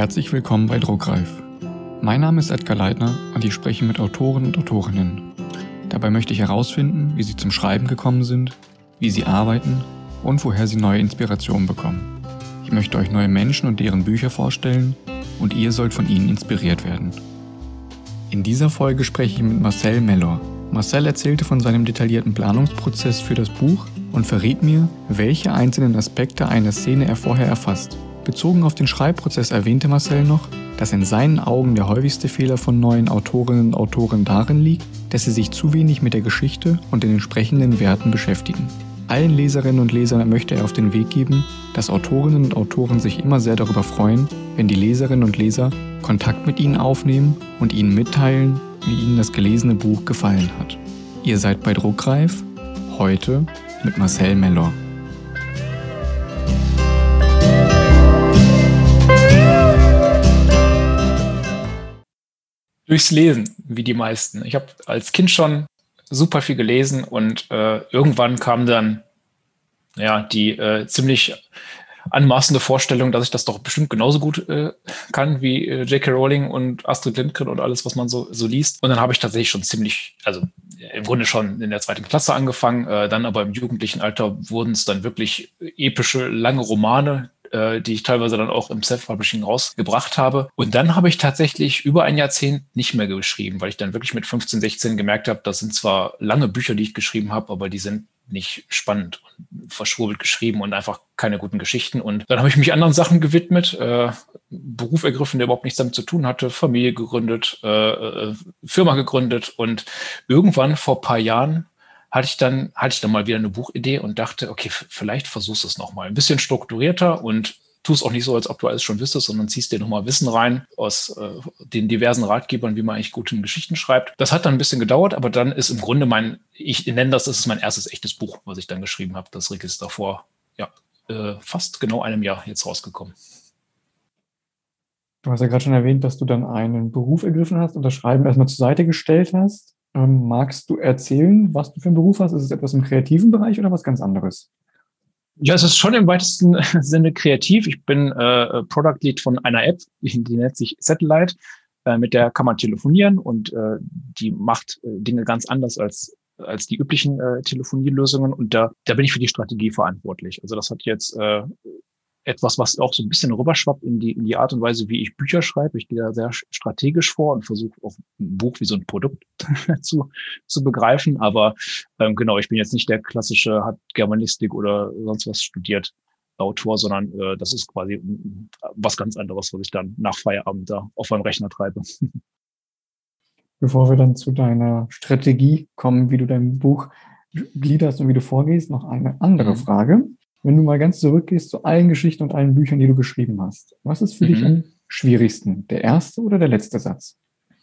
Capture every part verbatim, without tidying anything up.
Herzlich willkommen bei Druckreif. Mein Name ist Edgar Leitner und ich spreche mit Autoren und Autorinnen. Dabei möchte ich herausfinden, wie sie zum Schreiben gekommen sind, wie sie arbeiten und woher sie neue Inspirationen bekommen. Ich möchte euch neue Menschen und deren Bücher vorstellen und ihr sollt von ihnen inspiriert werden. In dieser Folge spreche ich mit Marcel Mellor. Marcel erzählte von seinem detaillierten Planungsprozess für das Buch und verriet mir, welche einzelnen Aspekte einer Szene er vorher erfasst. Bezogen auf den Schreibprozess erwähnte Marcel noch, dass in seinen Augen der häufigste Fehler von neuen Autorinnen und Autoren darin liegt, dass sie sich zu wenig mit der Geschichte und den entsprechenden Werten beschäftigen. Allen Leserinnen und Lesern möchte er auf den Weg geben, dass Autorinnen und Autoren sich immer sehr darüber freuen, wenn die Leserinnen und Leser Kontakt mit ihnen aufnehmen und ihnen mitteilen, wie ihnen das gelesene Buch gefallen hat. Ihr seid bei Druckreif, heute mit Marcel Mellor. Durchs Lesen, wie die meisten. Ich habe als Kind schon super viel gelesen und äh, irgendwann kam dann ja die äh, ziemlich anmaßende Vorstellung, dass ich das doch bestimmt genauso gut äh, kann wie äh, J K. Rowling und Astrid Lindgren und alles, was man so, so liest. Und dann habe ich tatsächlich schon ziemlich, also im Grunde schon in der zweiten Klasse angefangen, äh, dann aber im jugendlichen Alter wurden es dann wirklich epische, lange Romane, die ich teilweise dann auch im Self-Publishing rausgebracht habe. Und dann habe ich tatsächlich über ein Jahrzehnt nicht mehr geschrieben, weil ich dann wirklich mit fünfzehn, sechzehn gemerkt habe, das sind zwar lange Bücher, die ich geschrieben habe, aber die sind nicht spannend und verschwurbelt geschrieben und einfach keine guten Geschichten. Und dann habe ich mich anderen Sachen gewidmet, äh, Beruf ergriffen, der überhaupt nichts damit zu tun hatte, Familie gegründet, äh, Firma gegründet und irgendwann vor ein paar Jahren hatte ich dann, hatte ich dann mal wieder eine Buchidee und dachte, okay, f- vielleicht versuchst du es nochmal. Ein bisschen strukturierter und tu es auch nicht so, als ob du alles schon wüsstest, sondern ziehst dir nochmal Wissen rein aus äh, den diversen Ratgebern, wie man eigentlich gute Geschichten schreibt. Das hat dann ein bisschen gedauert, aber dann ist im Grunde mein, ich nenne das, das ist mein erstes echtes Buch, was ich dann geschrieben habe. Das Rick ist davor, ja, äh, fast genau einem Jahr jetzt rausgekommen. Du hast ja gerade schon erwähnt, dass du dann einen Beruf ergriffen hast und das Schreiben erstmal zur Seite gestellt hast. Ähm, magst du erzählen, was du für einen Beruf hast? Ist es etwas im kreativen Bereich oder was ganz anderes? Ja, es ist schon im weitesten Sinne kreativ. Ich bin äh, Product Lead von einer App, die, die nennt sich Satellite. Äh, mit der kann man telefonieren und äh, die macht äh, Dinge ganz anders als als die üblichen äh, Telefonielösungen. Und da da bin ich für die Strategie verantwortlich. Also das hat jetzt äh, etwas, was auch so ein bisschen rüberschwappt in die in die Art und Weise, wie ich Bücher schreibe. Ich gehe da sehr strategisch vor und versuche auch ein Buch wie so ein Produkt zu zu begreifen. Aber ähm, genau, ich bin jetzt nicht der klassische, hat Germanistik oder sonst was studiert, Autor, sondern äh, das ist quasi mm, was ganz anderes, was ich dann nach Feierabend da auf meinem Rechner treibe. Bevor wir dann zu deiner Strategie kommen, wie du dein Buch gliederst und wie du vorgehst, noch eine andere Mhm. Frage. Wenn du mal ganz zurückgehst zu allen Geschichten und allen Büchern, die du geschrieben hast, was ist für dich Mhm. am schwierigsten? Der erste oder der letzte Satz?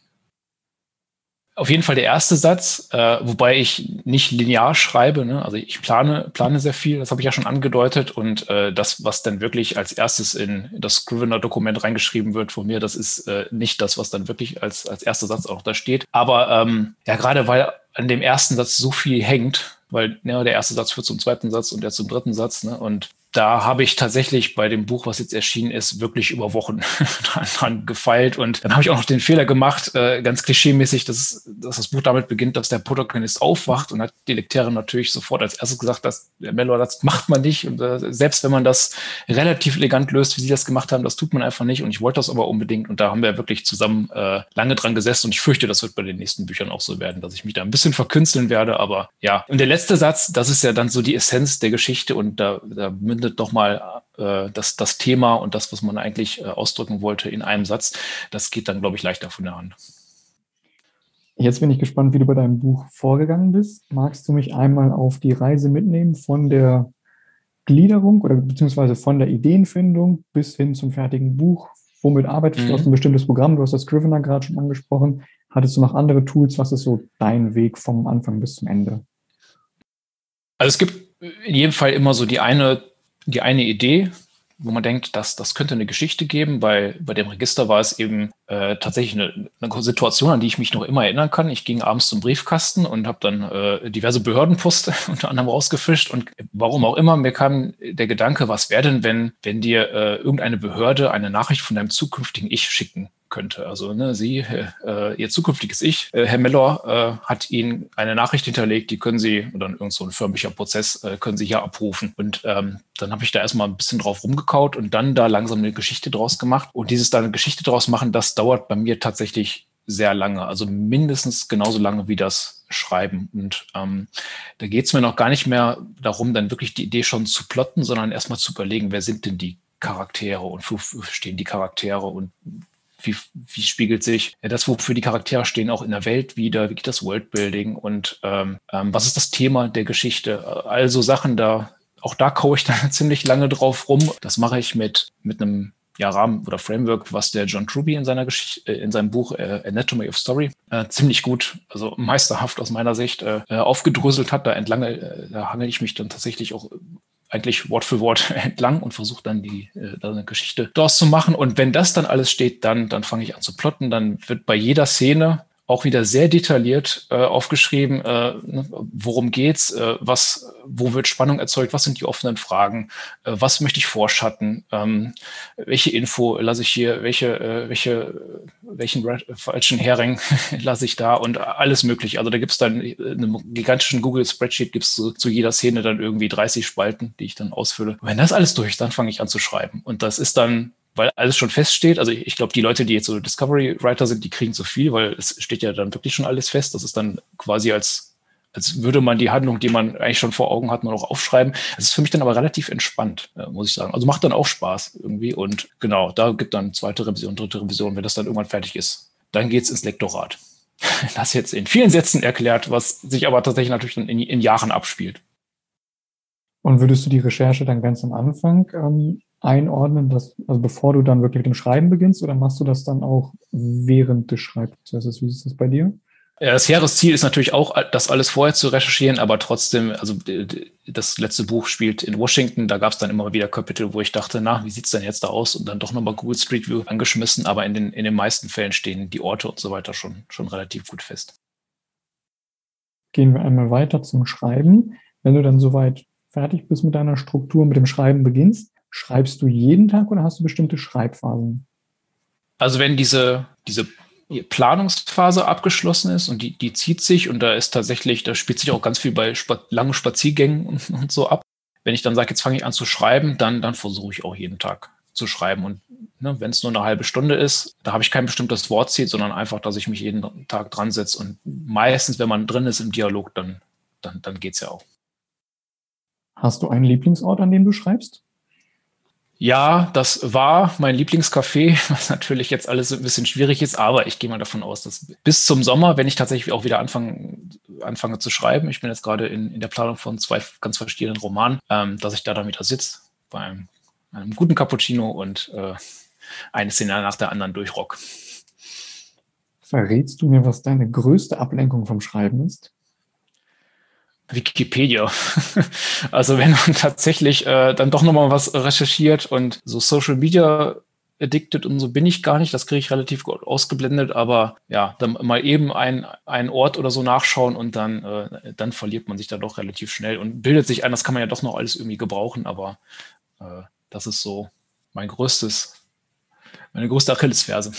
Auf jeden Fall der erste Satz, äh, wobei ich nicht linear schreibe. Ne? Also ich plane, plane sehr viel, das habe ich ja schon angedeutet. Und äh, das, was dann wirklich als erstes in das Scrivener-Dokument reingeschrieben wird von mir, das ist äh, nicht das, was dann wirklich als, als erster Satz auch da steht. Aber ähm, ja, gerade weil an dem ersten Satz so viel hängt, weil ne, der erste Satz führt zum zweiten Satz und der zum dritten Satz. Ne? Und da habe ich tatsächlich bei dem Buch, was jetzt erschienen ist, wirklich über Wochen dran, dran gefeilt. Und dann habe ich auch noch den Fehler gemacht, äh, ganz klischeemäßig, dass, dass das Buch damit beginnt, dass der Protagonist aufwacht und hat die Lektorin natürlich sofort als erstes gesagt, dass der Mellor, das macht man nicht. Und äh, selbst wenn man das relativ elegant löst, wie sie das gemacht haben, das tut man einfach nicht. Und ich wollte das aber unbedingt. Und da haben wir wirklich zusammen äh, lange dran gesessen. Und ich fürchte, das wird bei den nächsten Büchern auch so werden, dass ich mich da ein bisschen verkünsteln werde. Aber ja, und der letzte Satz, das ist ja dann so die Essenz der Geschichte. Und da, da mündet doch mal äh, das, das Thema und das, was man eigentlich äh, ausdrücken wollte, in einem Satz. Das geht dann, glaube ich, leichter von der Hand. Jetzt bin ich gespannt, wie du bei deinem Buch vorgegangen bist. Magst du mich einmal auf die Reise mitnehmen von der Gliederung oder beziehungsweise von der Ideenfindung bis hin zum fertigen Buch? Womit arbeitest Mhm. du? Hast du ein bestimmtes Programm? Du hast das Scrivener gerade schon angesprochen. Hattest du noch andere Tools? Was ist so dein Weg vom Anfang bis zum Ende? Also es gibt in jedem Fall immer so die eine, die eine Idee, wo man denkt, dass das könnte eine Geschichte geben. Bei, bei dem Register war es eben äh, tatsächlich eine, eine Situation, an die ich mich noch immer erinnern kann. Ich ging abends zum Briefkasten und habe dann äh, diverse Behördenpost unter anderem rausgefischt. Und warum auch immer, mir kam der Gedanke, was wäre denn, wenn, wenn dir äh, irgendeine Behörde eine Nachricht von deinem zukünftigen Ich schicken könnte. Also ne, Sie, äh, Ihr zukünftiges Ich, äh, Herr Miller, äh, hat Ihnen eine Nachricht hinterlegt, die können Sie, oder irgend so ein förmlicher Prozess, äh, können Sie hier abrufen. Und ähm, dann habe ich da erstmal ein bisschen drauf rumgekaut und dann da langsam eine Geschichte draus gemacht. Und dieses da eine Geschichte draus machen, das dauert bei mir tatsächlich sehr lange, also mindestens genauso lange wie das Schreiben. Und ähm, da geht es mir noch gar nicht mehr darum, dann wirklich die Idee schon zu plotten, sondern erstmal zu überlegen, wer sind denn die Charaktere und wofür stehen die Charaktere und Wie, wie spiegelt sich das, wofür die Charaktere stehen, auch in der Welt wieder? Wie geht das Worldbuilding? Und ähm, ähm, was ist das Thema der Geschichte? Also Sachen da, auch da kaue ich dann ziemlich lange drauf rum. Das mache ich mit, mit einem ja, Rahmen oder Framework, was der John Truby in seiner Geschichte, in seinem Buch äh, Anatomy of Story äh, ziemlich gut, also meisterhaft aus meiner Sicht äh, aufgedröselt hat. Da entlang, äh, da hangel ich mich dann tatsächlich auch eigentlich Wort für Wort entlang und versuche dann die äh, da eine Geschichte daraus zu machen. Und wenn das dann alles steht, dann, dann fange ich an zu plotten. Dann wird bei jeder Szene auch wieder sehr detailliert äh, aufgeschrieben, äh, ne, worum geht's, äh, was, wo wird Spannung erzeugt, was sind die offenen Fragen, äh, was möchte ich vorschatten, ähm, welche Info lasse ich hier, welche, äh, welche, welchen falschen Hering lasse ich da und alles mögliche. Also da gibt's dann in einem gigantischen Google-Spreadsheet gibt's zu, zu jeder Szene dann irgendwie dreißig Spalten, die ich dann ausfülle. Und wenn das alles durch ist, dann fange ich an zu schreiben. Und das ist dann, weil alles schon feststeht. Also ich, ich glaube, die Leute, die jetzt so Discovery-Writer sind, die kriegen zu viel, weil es steht ja dann wirklich schon alles fest. Das ist dann quasi als, als würde man die Handlung, die man eigentlich schon vor Augen hat, nur noch aufschreiben. Das ist für mich dann aber relativ entspannt, äh, muss ich sagen. Also macht dann auch Spaß irgendwie. Und genau, da gibt dann zweite Revision, dritte Revision, wenn das dann irgendwann fertig ist. Dann geht's ins Lektorat. Das jetzt in vielen Sätzen erklärt, was sich aber tatsächlich natürlich dann in, in Jahren abspielt. Und würdest du die Recherche dann ganz am Anfang ähm, einordnen, dass, also bevor du dann wirklich mit dem Schreiben beginnst, oder machst du das dann auch während des Schreibprozesses? Wie ist das bei dir? Ja, das hehres Ziel ist natürlich auch, das alles vorher zu recherchieren, aber trotzdem, also das letzte Buch spielt in Washington, da gab es dann immer wieder Kapitel, wo ich dachte, na, wie sieht's denn jetzt da aus? Und dann doch nochmal Google Street View angeschmissen, aber in den, in den meisten Fällen stehen die Orte und so weiter schon, schon relativ gut fest. Gehen wir einmal weiter zum Schreiben. Wenn du dann soweit fertig bist mit deiner Struktur, mit dem Schreiben beginnst, schreibst du jeden Tag oder hast du bestimmte Schreibphasen? Also wenn diese, diese Planungsphase abgeschlossen ist und die, die zieht sich und da ist tatsächlich, da spielt sich auch ganz viel bei spa- langen Spaziergängen und, und so ab. Wenn ich dann sage, jetzt fange ich an zu schreiben, dann, dann versuche ich auch jeden Tag zu schreiben. Und ne, wenn es nur eine halbe Stunde ist, da habe ich kein bestimmtes Wortziel, sondern einfach, dass ich mich jeden Tag dran setze. Und meistens, wenn man drin ist im Dialog, dann, dann, dann geht's ja auch. Hast du einen Lieblingsort, an dem du schreibst? Ja, das war mein Lieblingscafé, was natürlich jetzt alles ein bisschen schwierig ist, aber ich gehe mal davon aus, dass bis zum Sommer, wenn ich tatsächlich auch wieder anfange, anfange zu schreiben, ich bin jetzt gerade in, in der Planung von zwei ganz verschiedenen Romanen, ähm, dass ich da dann wieder sitze bei einem, einem guten Cappuccino und äh, eine Szene nach der anderen durchrock. Verrätst du mir, was deine größte Ablenkung vom Schreiben ist? Wikipedia. Also wenn man tatsächlich äh, dann doch nochmal was recherchiert und so Social Media addicted und so bin ich gar nicht, das kriege ich relativ gut ausgeblendet, aber ja, dann mal eben ein, einen Ort oder so nachschauen und dann, äh, dann verliert man sich da doch relativ schnell und bildet sich ein, das kann man ja doch noch alles irgendwie gebrauchen, aber äh, das ist so mein größtes, meine größte Achillesferse.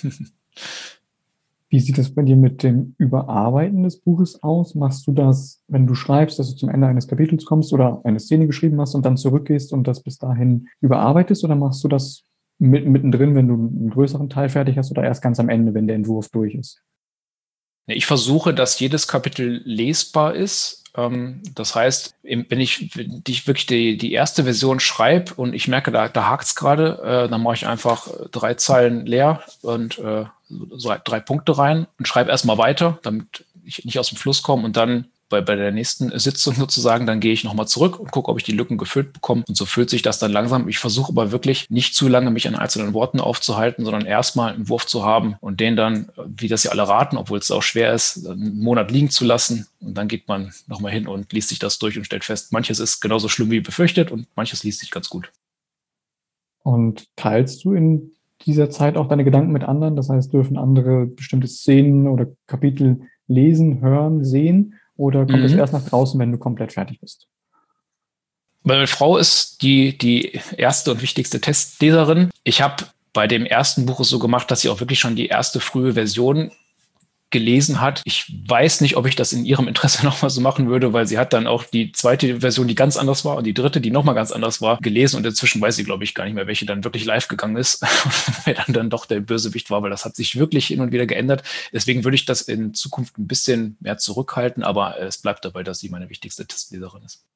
Wie sieht das bei dir mit dem Überarbeiten des Buches aus? Machst du das, wenn du schreibst, dass du zum Ende eines Kapitels kommst oder eine Szene geschrieben hast und dann zurückgehst und das bis dahin überarbeitest? Oder machst du das mittendrin, wenn du einen größeren Teil fertig hast oder erst ganz am Ende, wenn der Entwurf durch ist? Ich versuche, dass jedes Kapitel lesbar ist. Das heißt, wenn ich, wenn ich wirklich die, die erste Version schreibe und ich merke, da, da hakt es gerade, dann mache ich einfach drei Zeilen leer und so drei Punkte rein und schreibe erstmal weiter, damit ich nicht aus dem Fluss komme und dann bei, bei der nächsten Sitzung sozusagen, dann gehe ich nochmal zurück und gucke, ob ich die Lücken gefüllt bekomme und so füllt sich das dann langsam. Ich versuche aber wirklich nicht zu lange mich an einzelnen Worten aufzuhalten, sondern erstmal einen Wurf zu haben und den dann, wie das ja alle raten, obwohl es auch schwer ist, einen Monat liegen zu lassen und dann geht man nochmal hin und liest sich das durch und stellt fest, manches ist genauso schlimm wie befürchtet und manches liest sich ganz gut. Und teilst du in dieser Zeit auch deine Gedanken mit anderen? Das heißt, dürfen andere bestimmte Szenen oder Kapitel lesen, hören, sehen? Oder kommt das Mhm. erst nach draußen, wenn du komplett fertig bist? Meine Frau ist die, die erste und wichtigste Testleserin. Ich habe bei dem ersten Buch es so gemacht, dass sie auch wirklich schon die erste frühe Version gelesen hat. Ich weiß nicht, ob ich das in ihrem Interesse nochmal so machen würde, weil sie hat dann auch die zweite Version, die ganz anders war, und die dritte, die nochmal ganz anders war, gelesen. Und inzwischen weiß sie, glaube ich, gar nicht mehr, welche dann wirklich live gegangen ist, wer dann, dann doch der Bösewicht war, weil das hat sich wirklich hin und wieder geändert. Deswegen würde ich das in Zukunft ein bisschen mehr zurückhalten, aber es bleibt dabei, dass sie meine wichtigste Testleserin ist.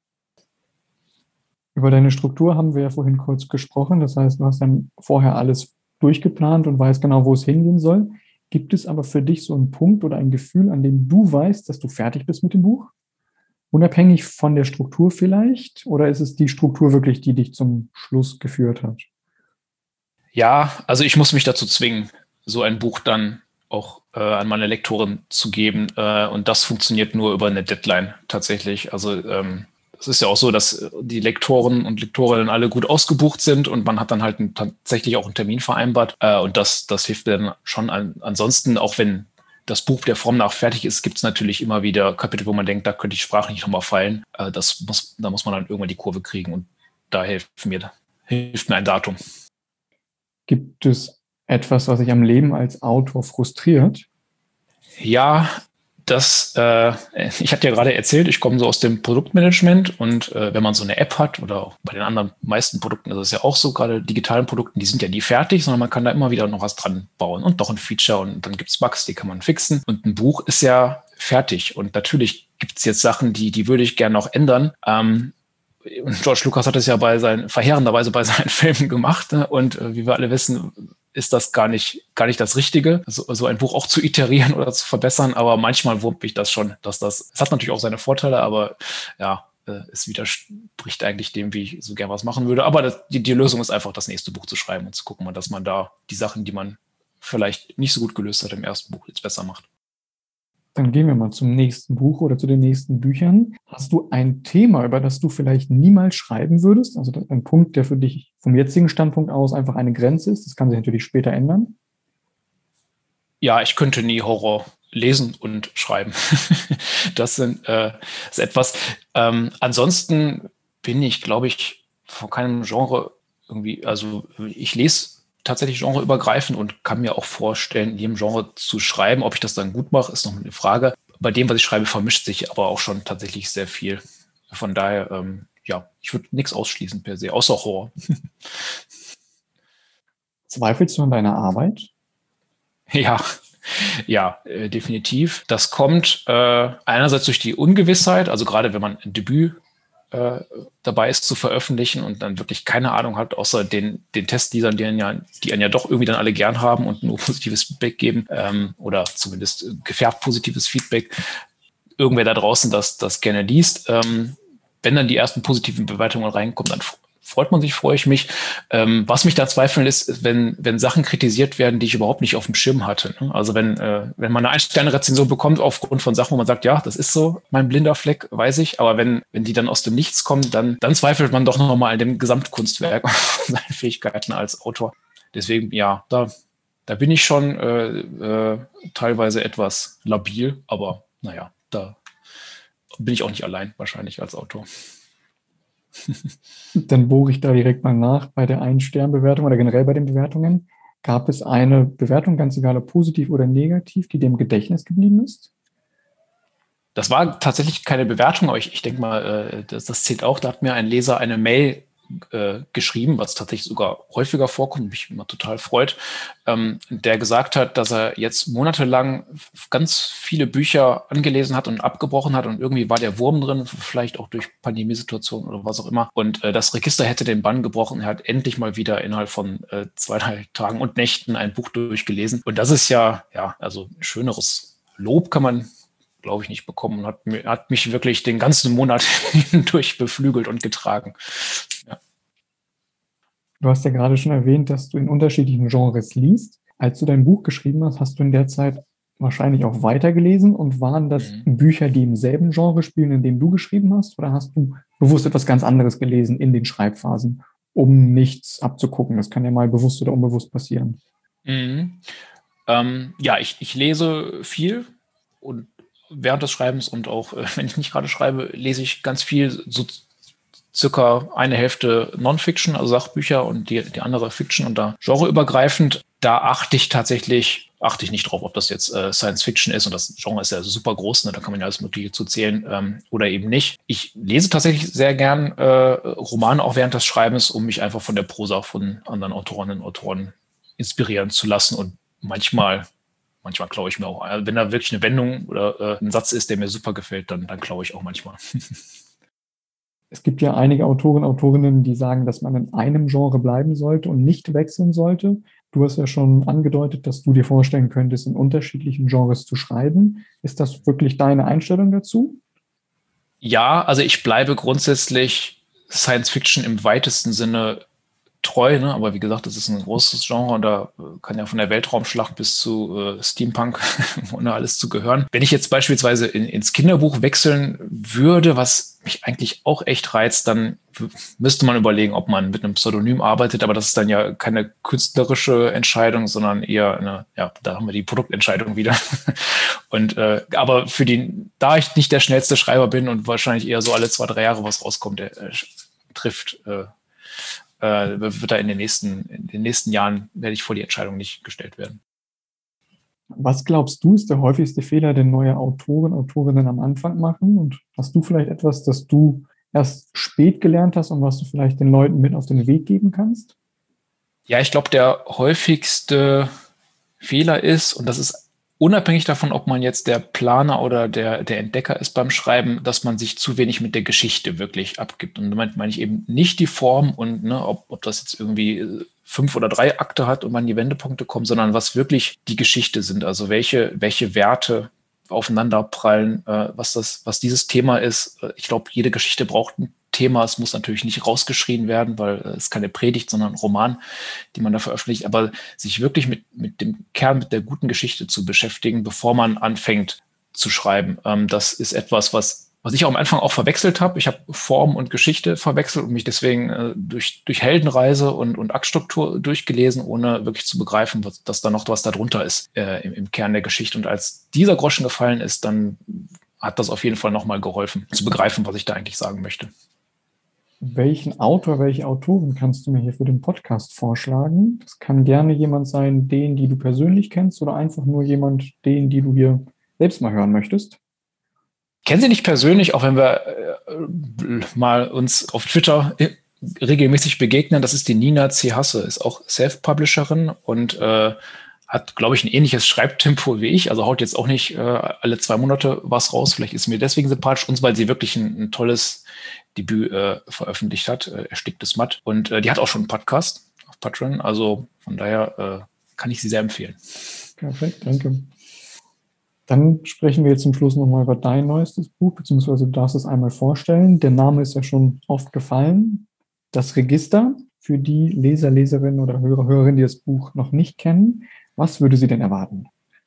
Über deine Struktur haben wir ja vorhin kurz gesprochen. Das heißt, du hast dann vorher alles durchgeplant und weißt genau, wo es hingehen soll. Gibt es aber für dich so einen Punkt oder ein Gefühl, an dem du weißt, dass du fertig bist mit dem Buch? Unabhängig von der Struktur vielleicht? Oder ist es die Struktur wirklich, die dich zum Schluss geführt hat? Ja, also ich muss mich dazu zwingen, so ein Buch dann auch äh, an meine Lektorin zu geben. Äh, und das funktioniert nur über eine Deadline tatsächlich. Also ähm, es ist ja auch so, dass die Lektoren und Lektorinnen alle gut ausgebucht sind und man hat dann halt einen, tatsächlich auch einen Termin vereinbart. Äh, und das, das hilft dann schon an. Ansonsten, auch wenn das Buch der Form nach fertig ist, gibt es natürlich immer wieder Kapitel, wo man denkt, da könnte die Sprache nicht nochmal fallen. Äh, das muss, da muss man dann irgendwann die Kurve kriegen und da hilft mir, hilft mir ein Datum. Gibt es etwas, was dich am Leben als Autor frustriert? Ja, das, äh, ich hatte ja gerade erzählt, ich komme so aus dem Produktmanagement und äh, wenn man so eine App hat oder auch bei den anderen meisten Produkten, das ist ja auch so, gerade digitalen Produkten, die sind ja nie fertig, sondern man kann da immer wieder noch was dran bauen und noch ein Feature und dann gibt's Bugs, die kann man fixen und ein Buch ist ja fertig und natürlich gibt's jetzt Sachen, die, die würde ich gerne noch ändern. Ähm, und George Lucas hat es ja bei seinen, verheerenderweise bei seinen Filmen gemacht, ne? Und äh, wie wir alle wissen, ist das gar nicht, gar nicht das Richtige, so, so ein Buch auch zu iterieren oder zu verbessern. Aber manchmal wurmt mich das schon, dass das, es hat natürlich auch seine Vorteile, aber ja, äh, es widerspricht eigentlich dem, wie ich so gern was machen würde. Aber das, die, die Lösung ist einfach, das nächste Buch zu schreiben und zu gucken, dass man da die Sachen, die man vielleicht nicht so gut gelöst hat im ersten Buch, jetzt besser macht. Dann gehen wir mal zum nächsten Buch oder zu den nächsten Büchern. Hast du ein Thema, über das du vielleicht niemals schreiben würdest? Also ein Punkt, der für dich vom jetzigen Standpunkt aus einfach eine Grenze ist. Das kann sich natürlich später ändern. Ja, ich könnte nie Horror lesen und schreiben. Das sind, äh, ist etwas. Ähm, ansonsten bin ich, glaube ich, von keinem Genre irgendwie, also ich lese tatsächlich genreübergreifend und kann mir auch vorstellen, in jedem Genre zu schreiben. Ob ich das dann gut mache, ist noch eine Frage. Bei dem, was ich schreibe, vermischt sich aber auch schon tatsächlich sehr viel. Von daher, ähm, ja, ich würde nichts ausschließen per se, außer Horror. Zweifelst du an deiner Arbeit? Ja, ja, äh, definitiv. Das kommt äh, einerseits durch die Ungewissheit, also gerade wenn man ein Debüt äh, dabei ist zu veröffentlichen und dann wirklich keine Ahnung hat, außer den, den Testliesern, die einen, ja, die einen ja doch irgendwie dann alle gern haben und nur positives Feedback geben ähm, oder zumindest äh, gefärbt positives Feedback. Irgendwer da draußen das, das gerne liest. Ähm, wenn dann die ersten positiven Bewertungen reinkommen, dann freut man sich, freue ich mich. Ähm, was mich da zweifeln ist, wenn, wenn Sachen kritisiert werden, die ich überhaupt nicht auf dem Schirm hatte. Ne? Also wenn, äh, wenn man eine Ein-Sterne-Rezension bekommt aufgrund von Sachen, wo man sagt, ja, das ist so mein blinder Fleck, weiß ich. Aber wenn, wenn die dann aus dem Nichts kommen, dann, dann zweifelt man doch noch mal an dem Gesamtkunstwerk und seinen Fähigkeiten als Autor. Deswegen, ja, da, da bin ich schon äh, äh, teilweise etwas labil, aber naja, da bin ich auch nicht allein wahrscheinlich als Autor. Dann bohre ich da direkt mal nach bei der Ein-Stern-Bewertung oder generell bei den Bewertungen. Gab es eine Bewertung, ganz egal ob positiv oder negativ, die dir im Gedächtnis geblieben ist? Das war tatsächlich keine Bewertung, aber ich, ich denke mal, äh, das, das zählt auch. Da hat mir ein Leser eine Mail äh, geschrieben, was tatsächlich sogar häufiger vorkommt, mich immer total freut, ähm, der gesagt hat, dass er jetzt monatelang ganz viele Bücher angelesen hat und abgebrochen hat und irgendwie war der Wurm drin, vielleicht auch durch Pandemiesituationen oder was auch immer. Und äh, das Register hätte den Bann gebrochen. Er hat endlich mal wieder innerhalb von äh, zwei, drei Tagen und Nächten ein Buch durchgelesen. Und das ist ja, ja, also schöneres Lob kann man, glaube ich, nicht bekommen und hat, hat mich wirklich den ganzen Monat hindurch beflügelt und getragen. Ja. Du hast ja gerade schon erwähnt, dass du in unterschiedlichen Genres liest. Als du dein Buch geschrieben hast, hast du in der Zeit wahrscheinlich auch weitergelesen und waren das Mhm. Bücher, die im selben Genre spielen, in dem du geschrieben hast, oder hast du bewusst etwas ganz anderes gelesen in den Schreibphasen? um nichts abzugucken? Das kann ja mal bewusst oder unbewusst passieren. Mhm. Ähm, ja, ich, ich lese viel und während des Schreibens und auch, äh, wenn ich nicht gerade schreibe, lese ich ganz viel, so circa eine Hälfte Non-Fiction, also Sachbücher und die, die andere Fiction und da genreübergreifend. Da achte ich tatsächlich, achte ich nicht drauf, ob das jetzt äh, Science Fiction ist und das Genre ist ja super groß, ne, da kann man ja alles Mögliche zu zählen ähm, oder eben nicht. Ich lese tatsächlich sehr gern äh, Romane auch während des Schreibens, um mich einfach von der Prosa von anderen Autorinnen und Autoren inspirieren zu lassen und manchmal Manchmal klaue ich mir auch, also wenn da wirklich eine Wendung oder äh, ein Satz ist, der mir super gefällt, dann, dann klaue ich auch manchmal. Es gibt ja einige Autoren, Autorinnen, die sagen, dass man in einem Genre bleiben sollte und nicht wechseln sollte. Du hast ja schon angedeutet, dass du dir vorstellen könntest, in unterschiedlichen Genres zu schreiben. Ist das wirklich deine Einstellung dazu? Ja, also ich bleibe grundsätzlich Science Fiction im weitesten Sinne treu, ne? Aber wie gesagt, das ist ein großes Genre und da kann ja von der Weltraumschlacht bis zu äh, Steampunk ohne alles zu gehören. Wenn ich jetzt beispielsweise in, ins Kinderbuch wechseln würde, was mich eigentlich auch echt reizt, dann müsste man überlegen, ob man mit einem Pseudonym arbeitet, aber das ist dann ja keine künstlerische Entscheidung, sondern eher eine, ja, da haben wir die Produktentscheidung wieder. Und äh, aber für die, da ich nicht der schnellste Schreiber bin und wahrscheinlich eher so alle zwei, drei Jahre was rauskommt, der äh, trifft, äh, äh, wird da in den nächsten, in den nächsten Jahren werde ich vor die Entscheidung nicht gestellt werden. Was glaubst du, ist der häufigste Fehler, den neue Autoren, Autorinnen am Anfang machen? Und hast du vielleicht etwas, das du erst spät gelernt hast und was du vielleicht den Leuten mit auf den Weg geben kannst? Ja, ich glaube, der häufigste Fehler ist, und das ist unabhängig davon, ob man jetzt der Planer oder der, der Entdecker ist beim Schreiben, dass man sich zu wenig mit der Geschichte wirklich abgibt. Und damit meine ich eben nicht die Form und ne, ob, ob das jetzt irgendwie fünf oder drei Akte hat und man die Wendepunkte kommt, sondern was wirklich die Geschichte sind. Also welche, welche Werte aufeinanderprallen, äh, was das, was dieses Thema ist. Ich glaube, jede Geschichte braucht ein Thema. Es muss natürlich nicht rausgeschrien werden, weil es ist keine Predigt, sondern ein Roman, die man da veröffentlicht. Aber sich wirklich mit, mit dem Kern, mit der guten Geschichte zu beschäftigen, bevor man anfängt zu schreiben. Ähm, das ist etwas, was Was ich auch am Anfang auch verwechselt habe. Ich habe Form und Geschichte verwechselt und mich deswegen äh, durch, durch Heldenreise und, und Aktstruktur durchgelesen, ohne wirklich zu begreifen, was, dass da noch was darunter ist äh, im, im Kern der Geschichte. Und als dieser Groschen gefallen ist, dann hat das auf jeden Fall nochmal geholfen, zu begreifen, was ich da eigentlich sagen möchte. Welchen Autor, welche Autorin kannst du mir hier für den Podcast vorschlagen? Das kann gerne jemand sein, den, die du persönlich kennst, oder einfach nur jemand, den, die du hier selbst mal hören möchtest. Ich kenne sie nicht persönlich, auch wenn wir äh, mal uns auf Twitter regelmäßig begegnen. Das ist die Nina C. Hasse, ist auch Self-Publisherin und äh, hat, glaube ich, ein ähnliches Schreibtempo wie ich. Also haut jetzt auch nicht äh, alle zwei Monate was raus. Vielleicht ist mir deswegen sympathisch, uns, weil sie wirklich ein, ein tolles Debüt äh, veröffentlicht hat, äh, Ersticktes Matt. Und äh, die hat auch schon einen Podcast auf Patreon. Also von daher äh, kann ich sie sehr empfehlen. Perfekt, danke. Dann sprechen wir jetzt zum Schluss nochmal über dein neuestes Buch, beziehungsweise du darfst es einmal vorstellen. Der Name ist ja schon oft gefallen. Das Register, für die Leser, Leserinnen oder Hörer, Hörerinnen, die das Buch noch nicht kennen. Was würde sie denn erwarten?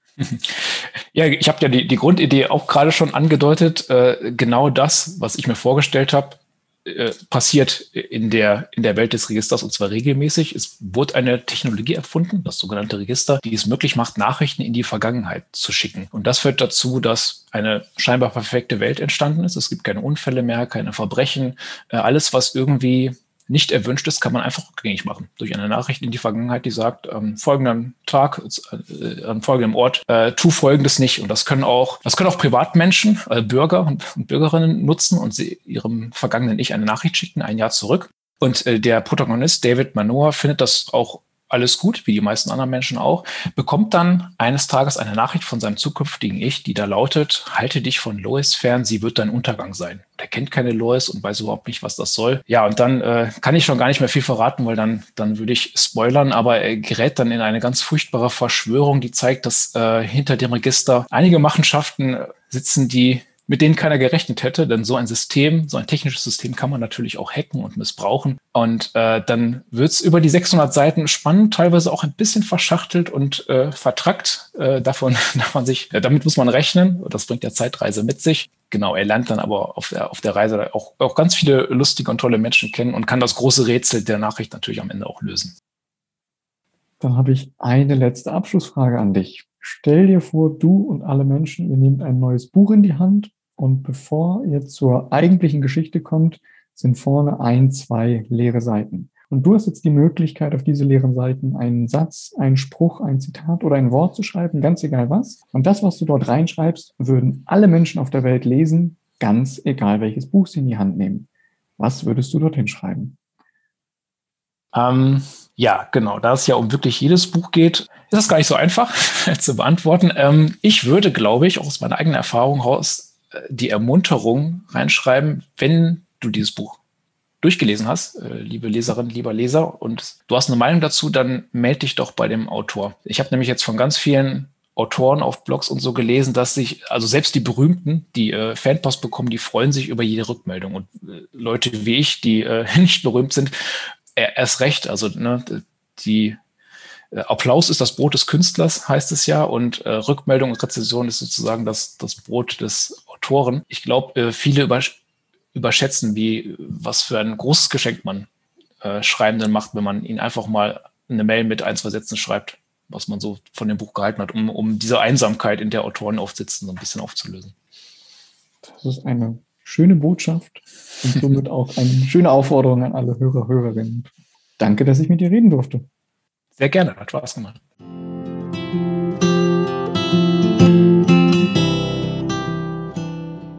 Ja, ich habe ja die, die Grundidee auch gerade schon angedeutet. Äh, genau das, was ich mir vorgestellt habe, äh, passiert in der, in der Welt des Registers, und zwar regelmäßig. Es wurde eine Technologie erfunden, das sogenannte Register, die es möglich macht, Nachrichten in die Vergangenheit zu schicken. Und das führt dazu, dass eine scheinbar perfekte Welt entstanden ist. Es gibt keine Unfälle mehr, keine Verbrechen. Äh, alles, was irgendwie nicht erwünscht ist, kann man einfach rückgängig machen. Durch eine Nachricht in die Vergangenheit, die sagt, am folgenden Tag, äh, an folgendem Ort, äh, tu Folgendes nicht. Und das können auch, das können auch Privatmenschen, äh, Bürger und, und Bürgerinnen nutzen und sie ihrem vergangenen Ich eine Nachricht schicken, ein Jahr zurück. Und äh, der Protagonist, David Manoa, findet das auch alles gut, wie die meisten anderen Menschen auch, bekommt dann eines Tages eine Nachricht von seinem zukünftigen Ich, die da lautet, halte dich von Lois fern, sie wird dein Untergang sein. Er kennt keine Lois und weiß überhaupt nicht, was das soll. Ja, und dann äh, kann ich schon gar nicht mehr viel verraten, weil dann, dann würde ich spoilern, aber er gerät dann in eine ganz furchtbare Verschwörung, die zeigt, dass äh, hinter dem Register einige Machenschaften sitzen, die mit denen keiner gerechnet hätte, denn so ein System, so ein technisches System kann man natürlich auch hacken und missbrauchen. Und äh, dann wird's über die sechshundert Seiten spannend, teilweise auch ein bisschen verschachtelt und äh, vertrackt. Äh, davon darf man sich, äh, damit muss man rechnen. Das bringt ja Zeitreise mit sich. genau, er lernt dann aber auf der, auf der Reise auch, auch ganz viele lustige und tolle Menschen kennen und kann das große Rätsel der Nachricht natürlich am Ende auch lösen. Dann habe ich eine letzte Abschlussfrage an dich. Stell dir vor, du und alle Menschen, ihr nehmt ein neues Buch in die Hand und bevor ihr zur eigentlichen Geschichte kommt, sind vorne ein, zwei leere Seiten. Und du hast jetzt die Möglichkeit, auf diese leeren Seiten einen Satz, einen Spruch, ein Zitat oder ein Wort zu schreiben, ganz egal was. Und das, was du dort reinschreibst, würden alle Menschen auf der Welt lesen, ganz egal welches Buch sie in die Hand nehmen. Was würdest du dorthin schreiben? Ähm, ja, genau. Da es ja um wirklich jedes Buch geht, ist das gar nicht so einfach zu beantworten. Ähm, ich würde, glaube ich, auch aus meiner eigenen Erfahrung heraus die Ermunterung reinschreiben, wenn du dieses Buch durchgelesen hast, äh, liebe Leserin, lieber Leser, und du hast eine Meinung dazu, dann melde dich doch bei dem Autor. Ich habe nämlich jetzt von ganz vielen Autoren auf Blogs und so gelesen, dass sich, also selbst die Berühmten, die äh, Fanpost bekommen, die freuen sich über jede Rückmeldung. Und äh, Leute wie ich, die äh, nicht berühmt sind, äh, erst recht. Also ne, die äh, Applaus ist das Brot des Künstlers, heißt es ja, und äh, Rückmeldung und Rezension ist sozusagen das, das Brot des Autoren. Ich glaube, äh, viele über überschätzen, wie was für ein großes Geschenk man äh, Schreibenden macht, wenn man ihnen einfach mal eine Mail mit ein, zwei Sätzen schreibt, was man so von dem Buch gehalten hat, um, um diese Einsamkeit, in der Autoren oft sitzen, so ein bisschen aufzulösen. Das ist eine schöne Botschaft und somit auch eine schöne Aufforderung an alle Hörer, Hörerinnen. Danke, dass ich mit dir reden durfte. Sehr gerne, hat Spaß gemacht.